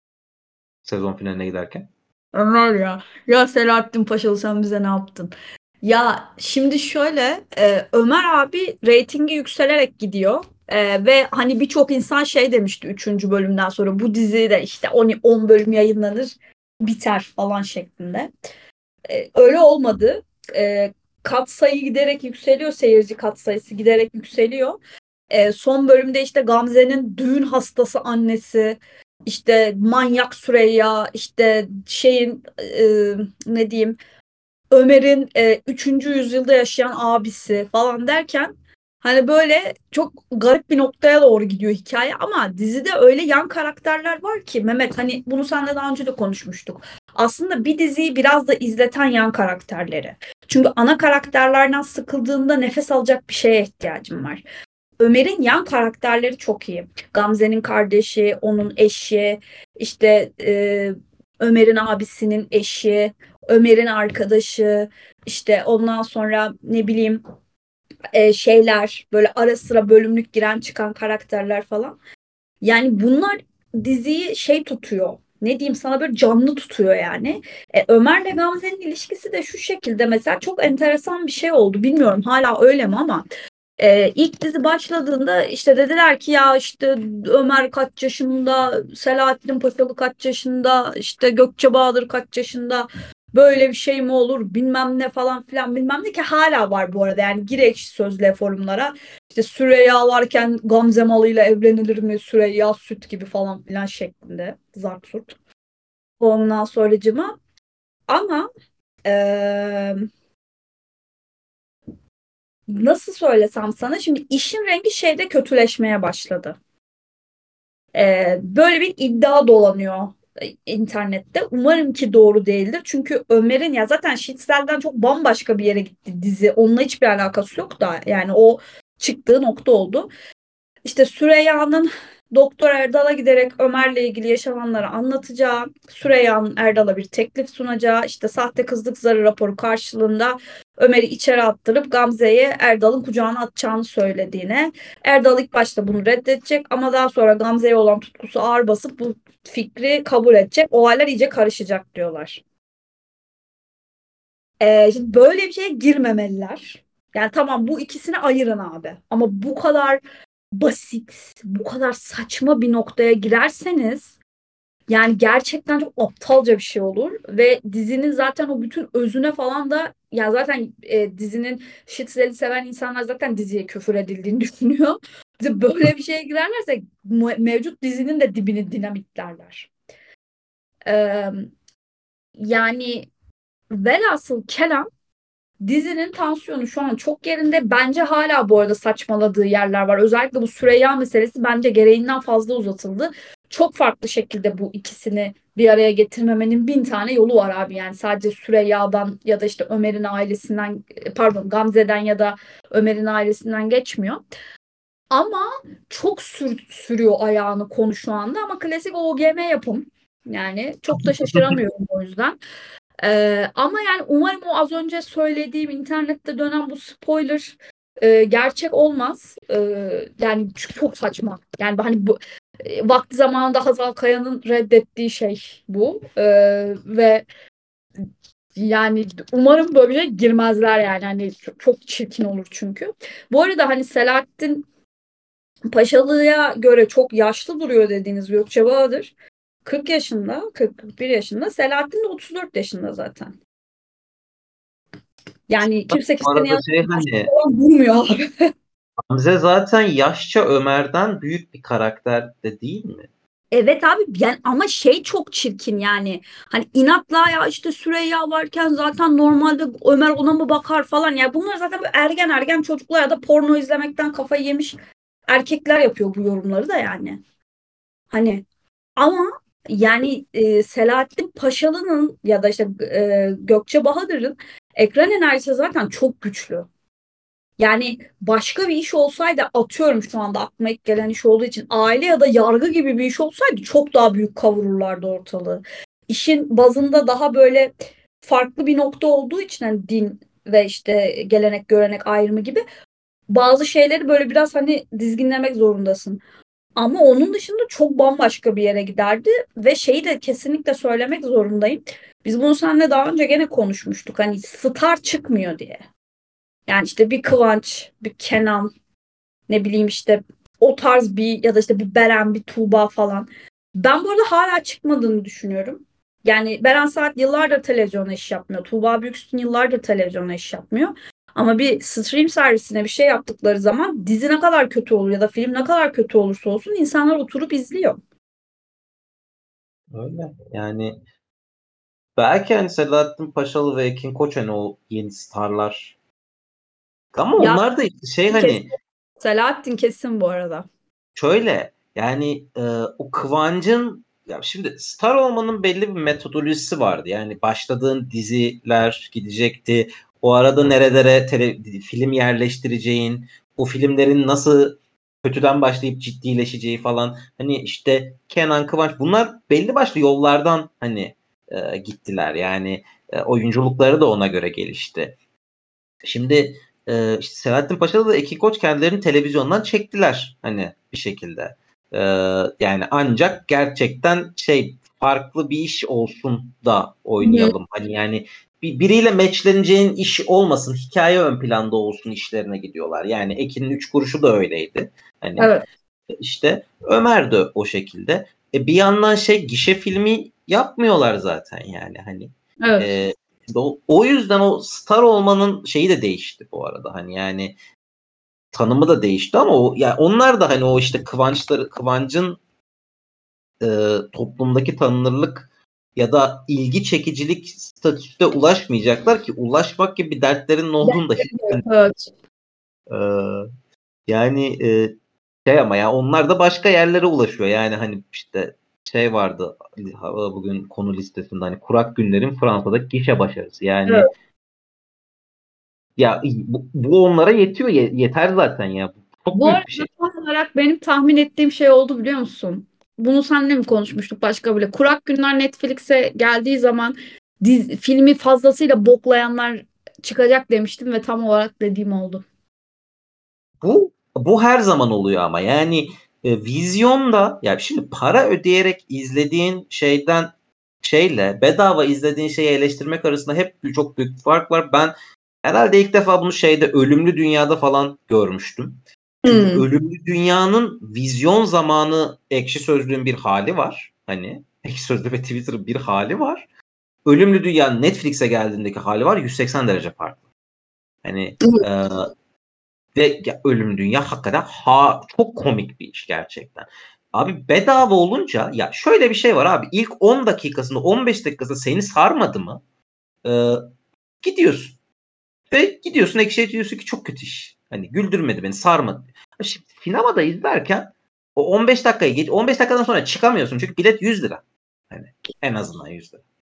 Sezon finaline giderken.
Ömer ya. Ya Selahattin Paşalı sen bize ne yaptın? Ya şimdi şöyle e, Ömer abi reytingi yükselerek gidiyor. E, ve hani birçok insan şey demişti üçüncü bölümden sonra bu dizi de işte on on bölüm yayınlanır biter falan şeklinde. E, öyle olmadı. E, katsayı giderek yükseliyor, seyirci katsayısı giderek yükseliyor. E, son bölümde işte Gamze'nin düğün hastası annesi, işte manyak Süreyya, işte şeyin e, ne diyeyim Ömer'in e, üçüncü yüzyılda yaşayan abisi falan derken hani böyle çok garip bir noktaya doğru gidiyor hikaye ama dizide öyle yan karakterler var ki Mehmet hani bunu seninle daha önce de konuşmuştuk. Aslında bir diziyi biraz da izleten yan karakterleri. Çünkü ana karakterlerden sıkıldığında nefes alacak bir şeye ihtiyacım var. Ömer'in yan karakterleri çok iyi. Gamze'nin kardeşi, onun eşi, işte e, Ömer'in abisinin eşi, Ömer'in arkadaşı, işte ondan sonra ne bileyim e, şeyler böyle ara sıra bölümlük giren çıkan karakterler falan. Yani bunlar diziyi şey tutuyor. Ne diyeyim sana böyle canlı tutuyor yani. E, Ömer'le Gamze'nin ilişkisi de şu şekilde mesela çok enteresan bir şey oldu. Bilmiyorum hala öyle mi ama ee, ilk dizi başladığında işte dediler ki ya işte Ömer kaç yaşında, Selahattin Paşalı kaç yaşında, işte Gökçe Bahadır kaç yaşında. böyle bir şey mi olur bilmem ne falan filan bilmem ne ki hala var bu arada. Yani gir Ekşi Sözlüğe forumlara. İşte Süreyya varken Gamze malıyla evlenilir mi? Süreyya süt gibi falan filan şeklinde. Zart surt. Ondan sonracıma. Ama eee, nasıl söylesem sana, şimdi işin rengi şeyde kötüleşmeye başladı. Ee, böyle bir iddia dolanıyor e, internette. Umarım ki doğru değildir. Çünkü Ömer'in, ya zaten Şitsel'den çok bambaşka bir yere gitti dizi. Onunla hiçbir alakası yok da yani o çıktığı nokta oldu. İşte Süreyya'nın Doktor Erdal'a giderek Ömer'le ilgili yaşananları anlatacağı, Süreyya'nın Erdal'a bir teklif sunacağı, işte sahte kızlık zarı raporu karşılığında Ömer'i içeri attırıp Gamze'ye Erdal'ın kucağına atacağını söylediğine, Erdal ilk başta bunu reddedecek ama daha sonra Gamze'ye olan tutkusu ağır basıp bu fikri kabul edecek. Olaylar iyice karışacak diyorlar. Ee, şimdi böyle bir şeye girmemeliler. Yani tamam, bu ikisini ayırın abi. Ama bu kadar basit, bu kadar saçma bir noktaya girerseniz yani gerçekten çok aptalca bir şey olur ve dizinin zaten o bütün özüne falan da, ya zaten e, dizinin Şitzel'i seven insanlar zaten diziye küfür edildiğini düşünüyor. İşte böyle bir şeye girerlerse mu- mevcut dizinin de dibini dinamitlerler. Ee, yani velhasıl kelam, dizinin tansiyonu şu an çok yerinde. Bence hala bu arada saçmaladığı yerler var. Özellikle bu Süreyya meselesi bence gereğinden fazla uzatıldı. Çok farklı şekilde bu ikisini bir araya getirmemenin bin tane yolu var abi. Yani sadece Süreyya'dan ya da işte Ömer'in ailesinden, pardon Gamze'den ya da Ömer'in ailesinden geçmiyor. Ama çok sür- sürüyor ayağını konu şu anda, ama klasik O G M yapım. Yani çok da şaşıramıyorum o yüzden. Ee, ama yani umarım o az önce söylediğim internette dönen bu spoiler e, gerçek olmaz. Ee, yani çünkü çok saçma. Yani hani bu e, vakti zamanında Hazal Kaya'nın reddettiği şey bu. Ee, ve yani umarım böyle bir şey girmezler yani. Hani çok, çok çirkin olur çünkü. Bu arada hani Selahattin Paşalı'ya göre çok yaşlı duruyor dediğiniz Gökçe Bahadır kırk yaşında, kırk kırk bir yaşında. Selahattin de otuz dört yaşında zaten. Yani kimse
Bu
kimsenin
arada
yanında
şey
yaşlı
hani
falan durmuyor abi.
Hamze zaten yaşça Ömer'den büyük bir karakter de değil mi?
Evet abi, yani ama şey çok çirkin yani. Hani inatla ya işte Süreyya varken zaten normalde Ömer ona mı bakar falan. Ya bunlar zaten böyle ergen ergen çocuklar ya da porno izlemekten kafayı yemiş erkekler yapıyor bu yorumları da yani. Hani ama yani e, Selahattin Paşalı'nın ya da işte e, Gökçe Bahadır'ın ekran enerjisi zaten çok güçlü. Yani başka bir iş olsaydı, atıyorum şu anda aklıma ilk gelen iş olduğu için, aile ya da yargı gibi bir iş olsaydı çok daha büyük kavururlardı ortalığı. İşin bazında daha böyle farklı bir nokta olduğu için, hani din ve işte gelenek görenek ayrımı gibi bazı şeyleri böyle biraz hani dizginlemek zorundasın. Ama onun dışında çok bambaşka bir yere giderdi ve şeyi de kesinlikle söylemek zorundayım. Biz bunu seninle daha önce gene konuşmuştuk. Hani star çıkmıyor diye. Yani işte bir Kıvanç, bir Kenan, ne bileyim işte o tarz bir, ya da işte bir Beren, bir Tuğba falan. Ben bu arada hala çıkmadığını düşünüyorum. Yani Beren Saat yıllardır televizyona iş yapmıyor. Tuğba Büyüksün yıllardır televizyona iş yapmıyor. Ama bir stream servisine bir şey yaptıkları zaman dizi ne kadar kötü olur ya da film ne kadar kötü olursa olsun insanlar oturup izliyor.
Öyle. Yani belki hani Selahattin Paşalı ve Ekin Koç hani o yeni starlar. Ama
Ya
onlar da işte şey
kesin,
hani
Selahattin kesin bu arada.
şöyle yani e, o Kıvancın ya şimdi star olmanın belli bir metodolojisi vardı. Yani başladığın diziler gidecekti. O arada nerelere tele, film yerleştireceğin, o filmlerin nasıl kötüden başlayıp ciddileşeceği falan. Hani işte Kenan Kıvanç bunlar belli başlı yollardan hani e, gittiler. Yani e, oyunculukları da ona göre gelişti. Şimdi e, işte Selahattin Paşa'da da Eki Koç kendilerini televizyondan çektiler hani bir şekilde. E, yani ancak gerçekten şey farklı bir iş olsun da
Hı hı.
oynayalım. Hani yani bir, biriyle meçleneceğin iş olmasın, hikaye ön planda olsun işlerine gidiyorlar. Yani Ekin'in üç kuruşu da öyleydi. Hani
Evet,
işte Ömer de o şekilde. E, bir yandan şey gişe filmi yapmıyorlar zaten yani hani. E,
evet.
O, o yüzden o star olmanın şeyi de değişti bu arada. Hani yani tanımı da değişti ama o yani onlar da hani o işte Kıvançları Kıvanç'ın e, toplumdaki tanınırlık ya da ilgi çekicilik statüsüne ulaşmayacaklar ki ulaşmak gibi bir dertlerinin olduğunu da hiç
Evet.
e, yani e, şey ama ya onlar da başka yerlere ulaşıyor. Yani hani işte şey vardı bugün konu listesinde hani Kurak Günler'in Fransa'daki gişe başarısı. Yani
Evet.
ya bu, bu onlara yetiyor. Ye- yeter zaten ya. Çok
Bu
büyük bir
arada
şey.
tam olarak benim tahmin ettiğim şey oldu biliyor musun? Bunu seninle mi konuşmuştuk başka bile? Kurak Günler Netflix'e geldiği zaman dizi, filmi fazlasıyla boklayanlar çıkacak demiştim ve tam olarak dediğim oldu.
Bu bu her zaman oluyor ama yani e, vizyonda ya şimdi para ödeyerek izlediğin şeyden şeyle bedava izlediğin şeyi eleştirmek arasında hep bir- çok büyük bir fark var. Ben herhalde ilk defa bunu şeyde Ölümlü Dünya'da falan görmüştüm. Çünkü
Hmm.
Ölümlü Dünya'nın vizyon zamanı Ekşi Sözlüğün bir hali var. Hani Ekşi Sözlük ve Twitter'ın bir hali var. Ölümlü Dünya'nın Netflix'e geldiğindeki hali var. yüz seksen derece farklı. Hani e, ve ya, Ölüm Dünya hakikaten ha, çok komik bir iş gerçekten. Abi bedava olunca ya şöyle bir şey var abi. İlk on dakikasında on beş dakikasında seni sarmadı mı? E, gidiyorsun. Ve gidiyorsun ekşiye diyorsun ki çok kötü iş. Hani güldürmedi beni sarmadı. Şimdi sinemada izlerken o on beş dakikayı geç on beş dakikadan sonra çıkamıyorsun. Çünkü bilet yüz lira. Hani en azından yüz lira.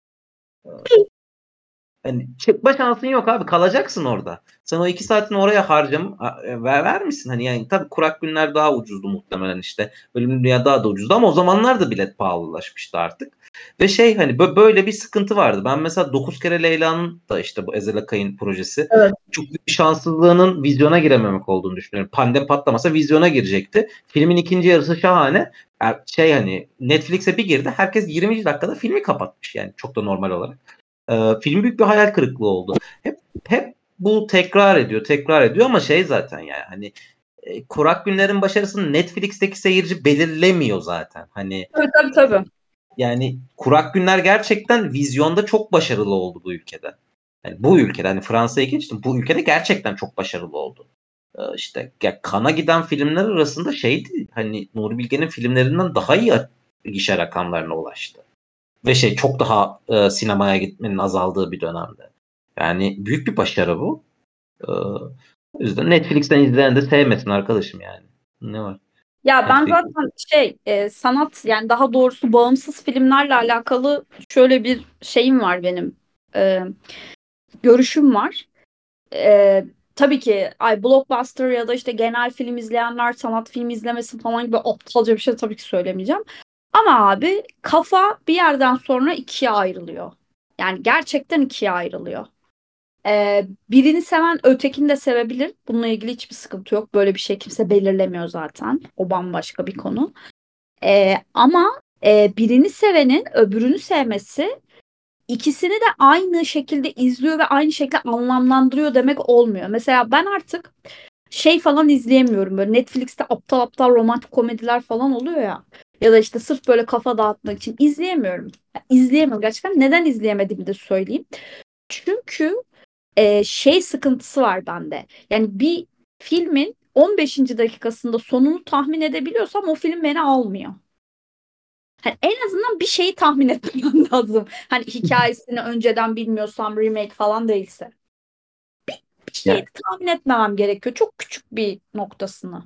Hani çıkma şansın yok abi. Kalacaksın orada. Sen o iki saatini oraya harcam ver, ver misin? Hani yani tabii Kurak Günler daha ucuzdu muhtemelen işte. Ölümlü Dünya daha da ucuzdu ama o zamanlar da bilet pahalılaşmıştı artık. Ve şey hani bö- böyle bir sıkıntı vardı. Ben mesela Dokuz Kere Leyla'nın da işte bu Ezel Akay'ın projesi
Evet.
çok büyük bir şanssızlığının vizyona girememek olduğunu düşünüyorum. Pandemi patlamasa vizyona girecekti. Filmin ikinci yarısı şahane. Er- Şey hani Netflix'e bir girdi. Herkes yirmi dakikada filmi kapatmış yani çok da normal olarak. Ee, film büyük bir hayal kırıklığı oldu. Hep hep bu tekrar ediyor, tekrar ediyor ama şey zaten yani hani e, Kurak Günler'in başarısını Netflix'teki seyirci belirlemiyor zaten. Hani
Tabii tabii tabii.
yani Kurak Günler gerçekten vizyonda çok başarılı oldu bu ülkede. Yani bu ülkede hani Fransa'ya geçtim. Bu ülkede gerçekten çok başarılı oldu. Ee, işte ya kana giden filmler arasında şeydi hani Nuri Bilge'nin filmlerinden daha iyi gişe rakamlarına ulaştı. Ve şey çok daha e, sinemaya gitmenin azaldığı bir dönemde. Yani büyük bir başarı bu. E, o yüzden Netflix'ten izleyen de sevmesin arkadaşım yani. Ne var?
Ya ben
Netflix.
zaten şey e, sanat yani daha doğrusu bağımsız filmlerle alakalı şöyle bir şeyim var benim. E, görüşüm var. E, tabii ki ay blockbuster ya da işte genel film izleyenler sanat filmi izlemesin falan gibi aptalca bir şey tabii ki söylemeyeceğim. Ama abi kafa bir yerden sonra ikiye ayrılıyor. Yani gerçekten ikiye ayrılıyor. E, birini seven ötekini de sevebilir. Bununla ilgili hiçbir sıkıntı yok. Böyle bir şey kimse belirlemiyor zaten. O bambaşka bir konu. Ee, ama e, birini sevenin öbürünü sevmesi ikisini de aynı şekilde izliyor ve aynı şekilde anlamlandırıyor demek olmuyor. Mesela ben artık şey falan izleyemiyorum. Böyle Netflix'te aptal aptal romantik komediler falan oluyor ya. Ya da işte sırf böyle kafa dağıtmak için izleyemiyorum. Ya, izleyemiyorum gerçekten. Neden izleyemediğimi de söyleyeyim. Çünkü e, şey sıkıntısı var bende. Yani bir filmin on beşinci dakikasında sonunu tahmin edebiliyorsam o film beni almıyor. Hani en azından bir şeyi tahmin etmem lazım. Hani hikayesini önceden bilmiyorsam remake falan değilse. Bir şeyi
Ya,
de tahmin etmemem gerekiyor. Çok küçük bir noktasını.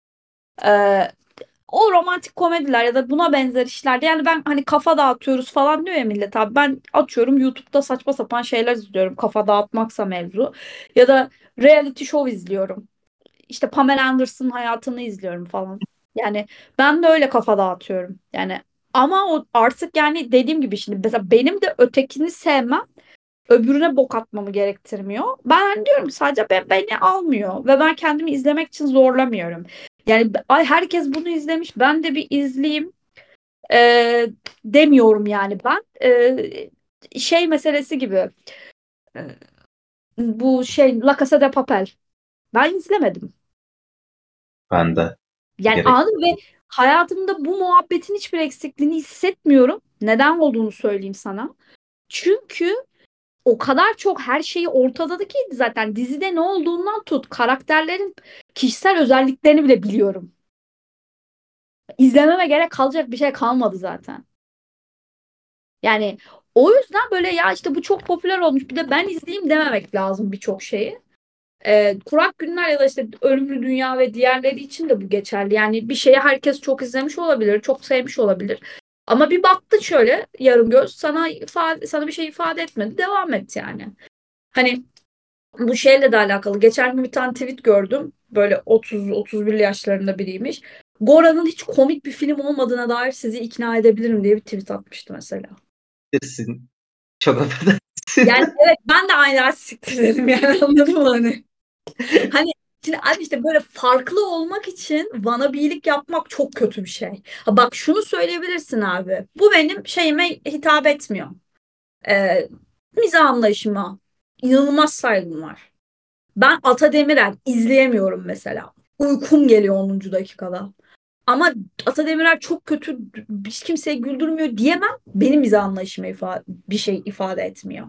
Ee, o romantik komediler ya da buna benzer işlerde yani ben hani kafa dağıtıyoruz falan diyor ya millet abi ben açıyorum YouTube'da saçma sapan şeyler izliyorum kafa dağıtmaksa mevzu ya da reality show izliyorum işte Pamela Anderson'ın hayatını izliyorum falan yani ben de öyle kafa dağıtıyorum yani ama o artık yani dediğim gibi şimdi mesela benim de ötekini sevmem öbürüne bok atmamı gerektirmiyor. Ben hani diyorum ki sadece ben, beni almıyor ve ben kendimi izlemek için zorlamıyorum. Yani ay herkes bunu izlemiş ben de bir izleyeyim e, demiyorum yani ben. E, şey meselesi gibi e, bu şey La Casa de Papel. Ben izlemedim.
ben de
Yani
gerek.
anladın ve hayatımda bu muhabbetin hiçbir eksikliğini hissetmiyorum. Neden olduğunu söyleyeyim sana. Çünkü o kadar çok her şeyi ortaladı ki zaten dizide ne olduğundan tut karakterlerin kişisel özelliklerini bile biliyorum. İzlememe gerek kalacak bir şey kalmadı zaten. Yani o yüzden böyle ya işte bu çok popüler olmuş bir de ben izleyeyim dememek lazım birçok şeyi. Ee, Kurak Günler ya da işte Ölümlü Dünya ve diğerleri için de bu geçerli. Yani bir şeyi herkes çok izlemiş olabilir, çok sevmiş olabilir. Ama bir baktı şöyle yarım göz sana ifade, sana bir şey ifade etmedi. Devam et yani. Hani bu şeyle de alakalı. Geçen gün bir tane tweet gördüm. Böyle otuz otuz bir yaşlarında biriymiş. Gora'nın hiç komik bir film olmadığına dair sizi ikna edebilirim diye bir tweet atmıştı mesela.
Siktirsin. Çok affedersin.
Yani evet ben de aynı siktir dedim yani anladın mı hani? Hani şimdi abi işte böyle farklı olmak için wannabe'lik yapmak çok kötü bir şey. Ha bak şunu söyleyebilirsin abi. Bu benim şeyime hitap etmiyor. Ee, Mizah anlayışıma inanılmaz saygım var. Ben Ata Demirer izleyemiyorum mesela. Uykum geliyor onuncu dakikada. Ama Ata Demirer çok kötü, hiç kimseyi güldürmüyor diyemem. Benim mizah anlayışıma ifa- bir şey ifade etmiyor.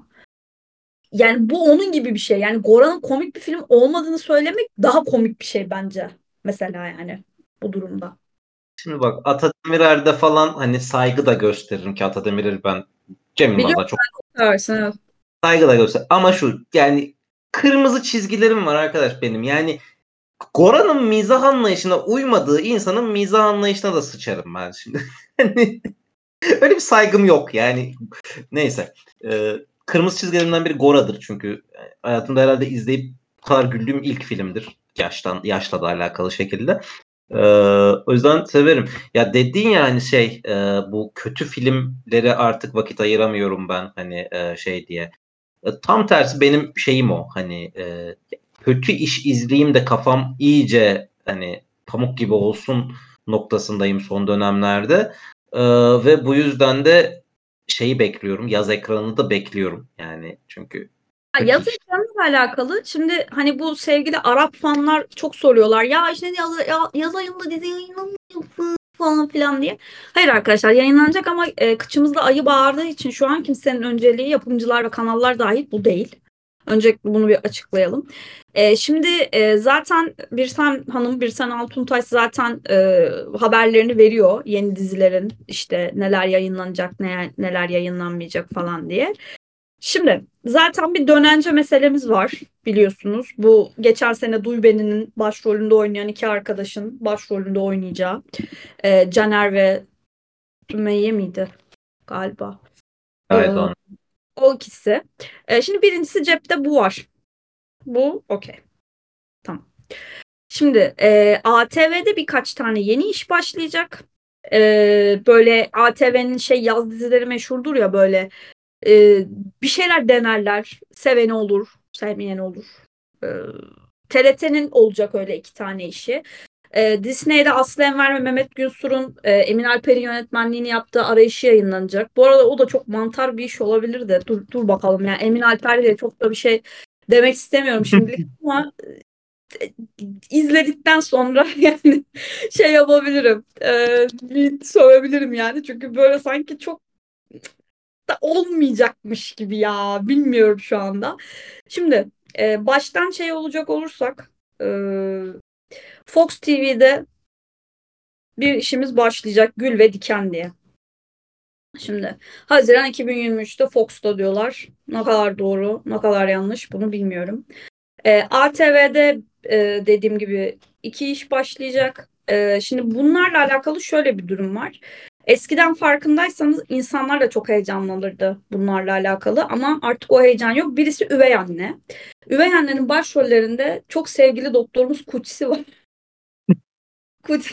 Yani bu onun gibi bir şey. Yani Goran'ın komik bir film olmadığını söylemek daha komik bir şey bence. Mesela yani bu durumda.
Şimdi bak Atademirer'de falan hani saygı da gösteririm ki Atademirer'i ben Cem
Biliyorum
Yılmaz'a çok
seversin, evet.
saygı da göster. Ama şu yani kırmızı çizgilerim var arkadaş benim. Yani Goran'ın mizah anlayışına uymadığı insanın mizah anlayışına da sıçarım ben şimdi. Hani öyle bir saygım yok yani. Neyse. Ee, kırmızı çizgilerimden biri Gora'dır çünkü hayatımda herhalde izleyip bu kadar güldüğüm ilk filmdir. Yaştan, yaşla da alakalı şekilde. Ee, o yüzden severim. Ya dediğin ya hani şey e, bu kötü filmlere artık vakit ayıramıyorum ben hani e, şey diye. E, tam tersi benim şeyim o hani e, kötü iş izleyeyim de kafam iyice hani pamuk gibi olsun noktasındayım son dönemlerde. E, ve bu yüzden de şeyi bekliyorum. Yaz ekranını da bekliyorum. Yani çünkü
Ha,
kötü
yaz
iş.
ekranıyla alakalı. Şimdi hani bu sevgili Arap fanlar çok soruyorlar. Ya işte yaz, ya- yaz ayında dizi yayınlanmıyor falan filan diye. Hayır arkadaşlar yayınlanacak ama e, kıçımızda ayı bağırdığı için şu an kimsenin önceliği yapımcılar ve kanallar dahil bu değil. Öncelikle bunu bir açıklayalım. E, şimdi e, zaten Birsen Hanım, Birsen Altuntaş zaten e, haberlerini veriyor. Yeni dizilerin işte neler yayınlanacak, ne, neler yayınlanmayacak falan diye. Şimdi zaten bir dönence meselemiz var biliyorsunuz. Bu geçen sene Duy Beni'nin başrolünde oynayan iki arkadaşın başrolünde oynayacağı e, Caner ve Sümeyye miydi galiba? E,
Evet, o
O ikisi. E, şimdi birincisi cepte bu var. Bu okey. Tamam. Şimdi e, A T V'de birkaç tane yeni iş başlayacak. E, böyle A T V'nin şey yaz dizileri meşhurdur ya böyle. Ee, Bir şeyler denerler. Seveni olur, sevmeyen olur. Ee, T R T'nin olacak öyle iki tane işi. Ee, Disney'de Aslı Enver ve Mehmet Gülsur'un e, Emin Alper'in yönetmenliğini yaptığı Arayışı yayınlanacak. Bu arada o da çok mantar bir iş olabilir de dur, dur bakalım. Yani Emin Alper diye çok da bir şey demek istemiyorum şimdilik ama e, izledikten sonra yani şey yapabilirim. E, bir sövebilirim yani. Çünkü böyle sanki çok da olmayacakmış gibi ya. Bilmiyorum şu anda. Şimdi e, baştan şey olacak olursak e, Fox T V'de bir işimiz başlayacak Gül ve Diken diye. Şimdi Haziran iki bin yirmi üçte Fox'ta diyorlar. Ne kadar doğru, ne kadar yanlış bunu bilmiyorum. E, A T V'de e, dediğim gibi iki iş başlayacak. E, şimdi bunlarla alakalı şöyle bir durum var. Eskiden farkındaysanız insanlar da çok heyecanlanırdı bunlarla alakalı ama artık o heyecan yok. Birisi Üvey Anne. Üvey Anne'nin başrollerinde çok sevgili doktorumuz Kutsi var. Kut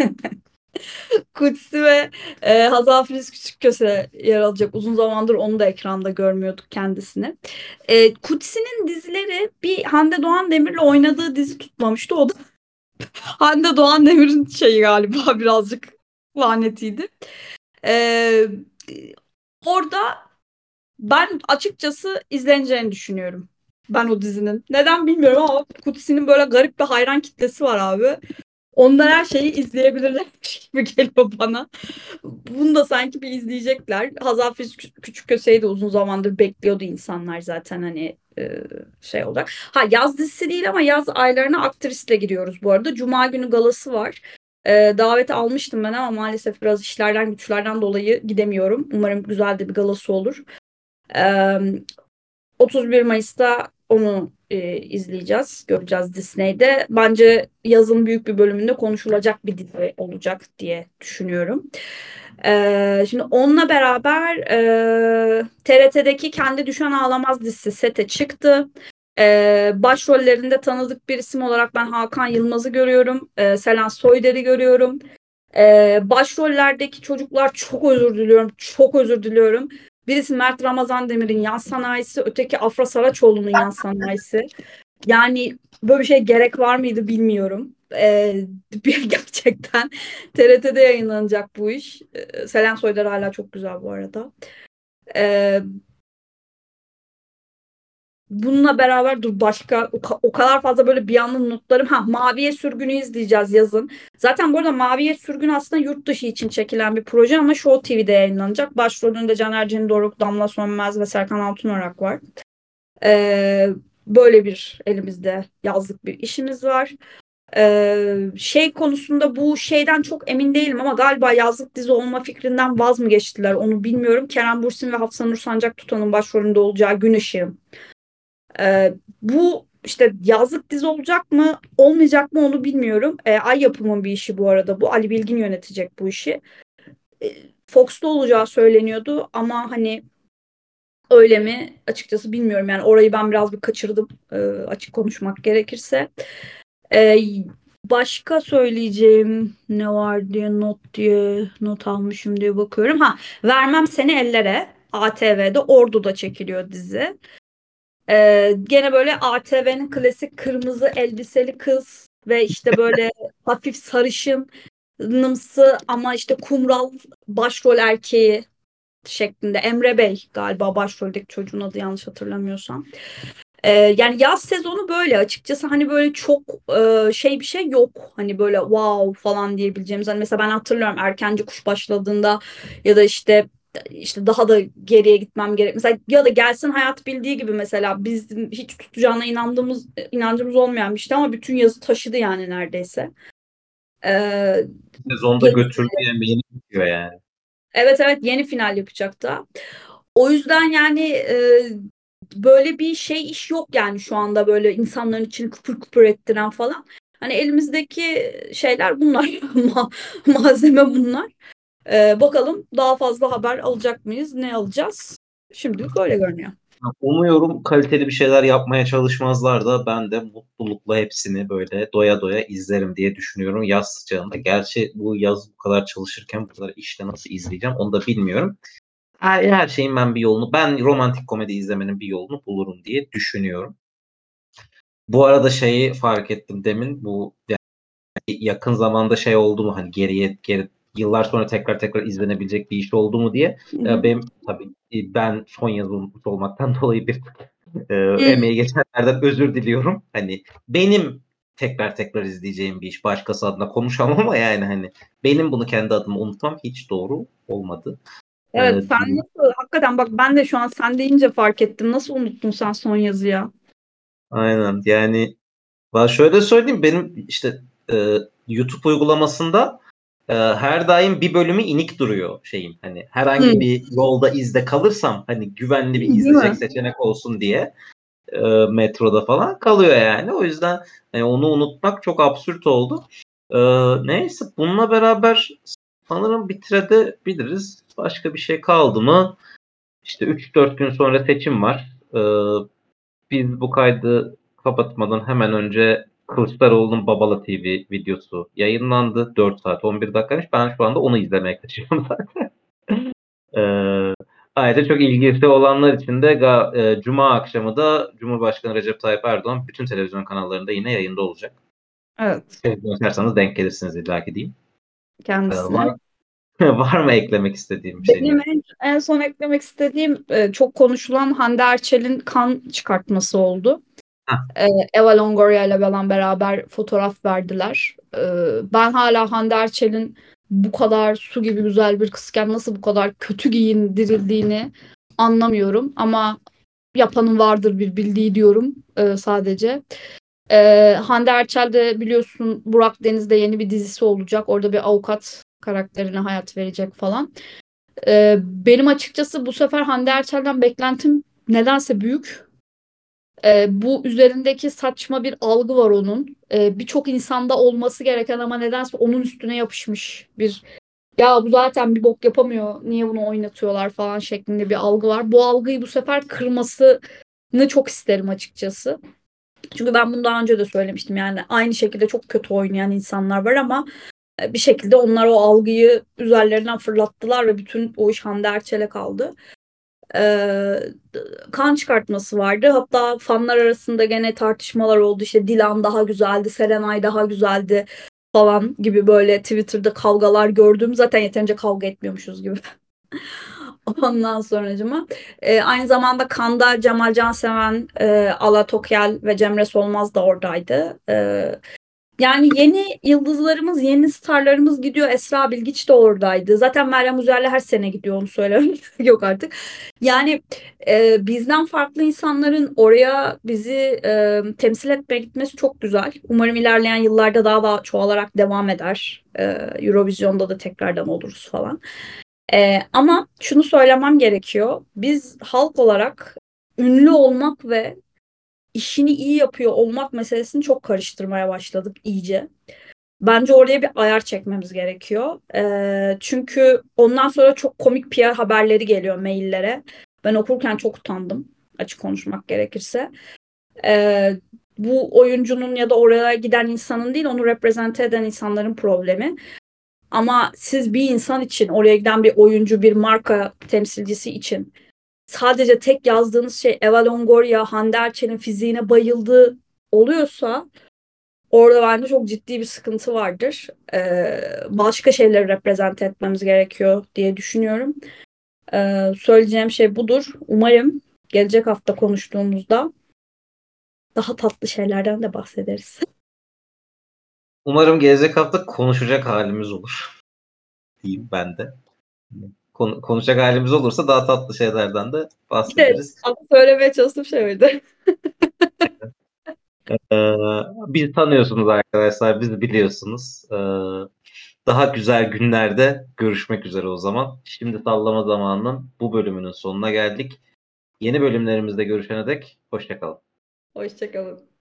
Kutsi ve e, Hazal Filiz Küçükköse yer alacak. Uzun zamandır onu da ekranda görmüyorduk kendisini. E, Kutsi'nin dizileri bir Hande Doğan Demir'le oynadığı dizi tutmamıştı. O da Hande Doğan Demir'in şeyi galiba birazcık lanetiydi. E, Orada ben açıkçası izleneceğini düşünüyorum. Ben o dizinin. Neden bilmiyorum ama Kutsi'nin böyle garip bir hayran kitlesi var abi. Onlar her şeyi izleyebilirlermiş gibi geliyor bana. Bunu da sanki bir izleyecekler. Hazal Küçük Küçükköse'yi de uzun zamandır bekliyordu insanlar zaten hani e, şey olarak. Ha yaz dizisi değil ama yaz aylarına aktrisle giriyoruz bu arada. Cuma günü galası var. E, davet almıştım ben ama maalesef biraz işlerden güçlerden dolayı gidemiyorum. Umarım güzel de bir galası olur. E, otuz bir Mayıs'ta onu e, izleyeceğiz, göreceğiz Disney'de. Bence yazın büyük bir bölümünde konuşulacak bir dizi olacak diye düşünüyorum. E, şimdi onunla beraber e, T R T'deki Kendi Düşen Ağlamaz dizisi sete çıktı. E, başrollerinde tanıdık bir isim olarak ben Hakan Yılmaz'ı görüyorum. E, Selen Soyder'i görüyorum. Ee, başrollerdeki çocuklar çok özür diliyorum. Çok özür diliyorum. Birisi Mert Ramazan Demir'in yan sanayisi, öteki Afra Saraçoğlu'nun yan sanayisi. Yani böyle bir şey gerek var mıydı bilmiyorum. Ee, bir gerçekten T R T'de yayınlanacak bu iş. Ee, Selen Soyder hala çok güzel bu arada. Ee, Bununla beraber dur başka o, ka- o kadar fazla böyle bir anda notlarım. Ha Maviye Sürgün'ü izleyeceğiz yazın. Zaten bu arada Maviye Sürgün aslında yurt dışı için çekilen bir proje ama Show T V'de yayınlanacak. Başrolünde Caner Cindoruk, Damla Sönmez ve Serkan Altınorak var. Ee, Böyle bir elimizde yazlık bir işimiz var. Ee, şey konusunda bu şeyden çok emin değilim ama galiba yazlık dizi olma fikrinden vaz mı geçtiler onu bilmiyorum. Kerem Bürsin ve Hafsa Nur Sancak Tutan'ın başrolünde olacağı Gün Işığım. Ee, bu işte yazlık dizi olacak mı, olmayacak mı onu bilmiyorum. Ee, Ay Yapım'ın bir işi bu arada bu. Ali Bilgin yönetecek bu işi. Ee, Fox'ta olacağı söyleniyordu ama hani öyle mi açıkçası bilmiyorum. Yani orayı ben biraz bir kaçırdım e, açık konuşmak gerekirse. Ee, Başka söyleyeceğim ne var diye not diye not almışım diye bakıyorum. Ha, Vermem Seni Ellere A T V'de Ordu'da çekiliyor dizi. Ee, gene böyle A T V'nin klasik kırmızı elbiseli kız ve işte böyle hafif sarışınımsı ama işte kumral başrol erkeği şeklinde. Emre Bey galiba başroldeki çocuğun adı yanlış hatırlamıyorsam. Ee, yani yaz sezonu böyle açıkçası hani böyle çok e, şey bir şey yok. Hani böyle wow falan diyebileceğimiz. Hani mesela ben hatırlıyorum Erkenci Kuş başladığında ya da işte işte daha da geriye gitmem gerek. Mesela ya da Gelsin Hayat bildiği gibi mesela biz hiç tutacağına inandığımız inancımız olmayan bir şey ama bütün yazı taşıdı yani neredeyse. Ee,
Sezonda
yeni,
götürdü yani yeni bitiyor yani.
evet evet yeni final yapacak da. O yüzden yani e, böyle bir şey iş yok yani şu anda böyle insanların içini kıpır kıpır ettiren falan. Hani elimizdeki şeyler bunlar. Ma- Malzeme bunlar. Ee, bakalım daha fazla haber alacak mıyız? Ne alacağız? Şimdilik böyle görünüyor.
Umuyorum kaliteli bir şeyler yapmaya çalışmazlar da ben de mutlulukla hepsini böyle doya doya izlerim diye düşünüyorum yaz sıcağında. Gerçi bu yaz bu kadar çalışırken bu kadar işte nasıl izleyeceğim onu da bilmiyorum. Her, her şeyin ben bir yolunu, ben romantik komedi izlemenin bir yolunu bulurum diye düşünüyorum. Bu arada şeyi fark ettim demin bu yani yakın zamanda şey oldu mu hani geriye geri yıllar sonra tekrar tekrar izlenebilecek bir iş oldu mu diye.
Hı
Ya
hı.
benim tabii ben son yazı unutmuş olmaktan dolayı bir e,
Hı.
emeği geçenlerden özür diliyorum. Hani benim tekrar tekrar izleyeceğim bir iş. Başkası adına konuşamam ama yani hani benim bunu kendi adıma unutmam hiç doğru olmadı. E,
Evet sen
diyeyim.
nasıl hakikaten bak ben de şu an sen deyince fark ettim. Nasıl unuttun sen son yazıya?
Aynen yani ben şöyle söyleyeyim benim işte e, YouTube uygulamasında e, her daim bir bölümü inik duruyor şeyim. Hani
Hı.
herhangi bir yolda izde kalırsam hani güvenli bir
Değil
izleyecek
mi?
seçenek olsun diye e, metroda falan kalıyor yani. O yüzden hani onu unutmak çok absürt oldu. E, neyse bununla beraber sanırım bitirebiliriz. Başka bir şey kaldı mı? İşte üç dört gün sonra seçim var. E, biz bu kaydı kapatmadan hemen önce Kılıçdaroğlu'nun Babala T V videosu yayınlandı. dört saat on bir dakikaymış. Ben şu anda onu izlemeye kaçıyorum zaten. Ee, ayrıca çok ilgisi olanlar için de ga- e, Cuma akşamı da Cumhurbaşkanı Recep Tayyip Erdoğan bütün televizyon kanallarında yine yayında olacak.
Evet.
Televizyon açarsanız denk gelirsiniz illaki diyeyim. Ee,
Kendisine.
var, var mı eklemek istediğim bir şey?
Benim en, en son eklemek istediğim e, çok konuşulan Hande Erçel'in kan çıkartması oldu.
Heh,
E, Eva Longoria ile falan beraber fotoğraf verdiler. Ee, ben hala Hande Erçel'in bu kadar su gibi güzel bir kızken nasıl bu kadar kötü giyindirildiğini anlamıyorum. Ama yapanın vardır bir bildiği diyorum e, sadece. Ee, Hande Erçel de biliyorsun Burak Deniz'de yeni bir dizisi olacak. Orada bir avukat karakterine hayat verecek falan. Ee, benim açıkçası bu sefer Hande Erçel'den beklentim nedense büyük. Ee, bu üzerindeki saçma bir algı var onun. Ee, birçok insanda olması gereken ama nedense onun üstüne yapışmış bir ya bu zaten bir bok yapamıyor. Niye bunu oynatıyorlar falan şeklinde bir algı var. Bu algıyı bu sefer kırmasını çok isterim açıkçası. Çünkü ben bunu daha önce de söylemiştim. Yani aynı şekilde çok kötü oynayan insanlar var ama e, bir şekilde onlar o algıyı üzerlerinden fırlattılar ve bütün o iş Hande Erçel'e kaldı. Ee, kan çıkartması vardı. Hatta fanlar arasında gene tartışmalar oldu. İşte Dilan daha güzeldi, Serenay daha güzeldi falan gibi böyle Twitter'da kavgalar gördüm. Zaten yeterince kavga etmiyormuşuz gibi. Ondan sonracıma. E, aynı zamanda Kanda Cemal Canseven, e, Ala Tokyel ve Cemre Solmaz da oradaydı. E, yani yeni yıldızlarımız, yeni starlarımız gidiyor. Esra Bilgiç de oradaydı. Zaten Meryem Uzerli her sene gidiyor, onu söylemem yok artık. Yani e, bizden farklı insanların oraya bizi e, temsil etmeye gitmesi çok güzel. Umarım ilerleyen yıllarda daha da çoğalarak devam eder. E, Eurovision'da da tekrardan oluruz falan. Ee, ama şunu söylemem gerekiyor. Biz halk olarak ünlü olmak ve işini iyi yapıyor olmak meselesini çok karıştırmaya başladık iyice. Bence oraya bir ayar çekmemiz gerekiyor. Ee, çünkü ondan sonra çok komik P R haberleri geliyor maillere. Ben okurken çok utandım, açık konuşmak gerekirse. Ee, bu oyuncunun ya da oraya giden insanın değil, onu reprezente eden insanların problemi. Ama siz bir insan için, oraya giden bir oyuncu, bir marka temsilcisi için sadece tek yazdığınız şey Eva Longoria, Hande Erçel'in fiziğine bayıldığı oluyorsa orada bence çok ciddi bir sıkıntı vardır. Ee, başka şeyleri reprezente etmemiz gerekiyor diye düşünüyorum. Ee, söyleyeceğim şey budur. Umarım gelecek hafta konuştuğumuzda daha tatlı şeylerden de bahsederiz.
Umarım gelecek hafta konuşacak halimiz olur. Diyeyim ben de. Kon- konuşacak halimiz olursa daha tatlı şeylerden de
İşte
bahsederiz.
ama söylemeye çalıştığım şey oydu.
Ee, Bizi tanıyorsunuz arkadaşlar, bizi biliyorsunuz. Ee, daha güzel günlerde görüşmek üzere o zaman. Şimdi sallama zamanının bu bölümünün sonuna geldik. Yeni bölümlerimizde görüşene dek hoşça kalın.
Hoşçakalın.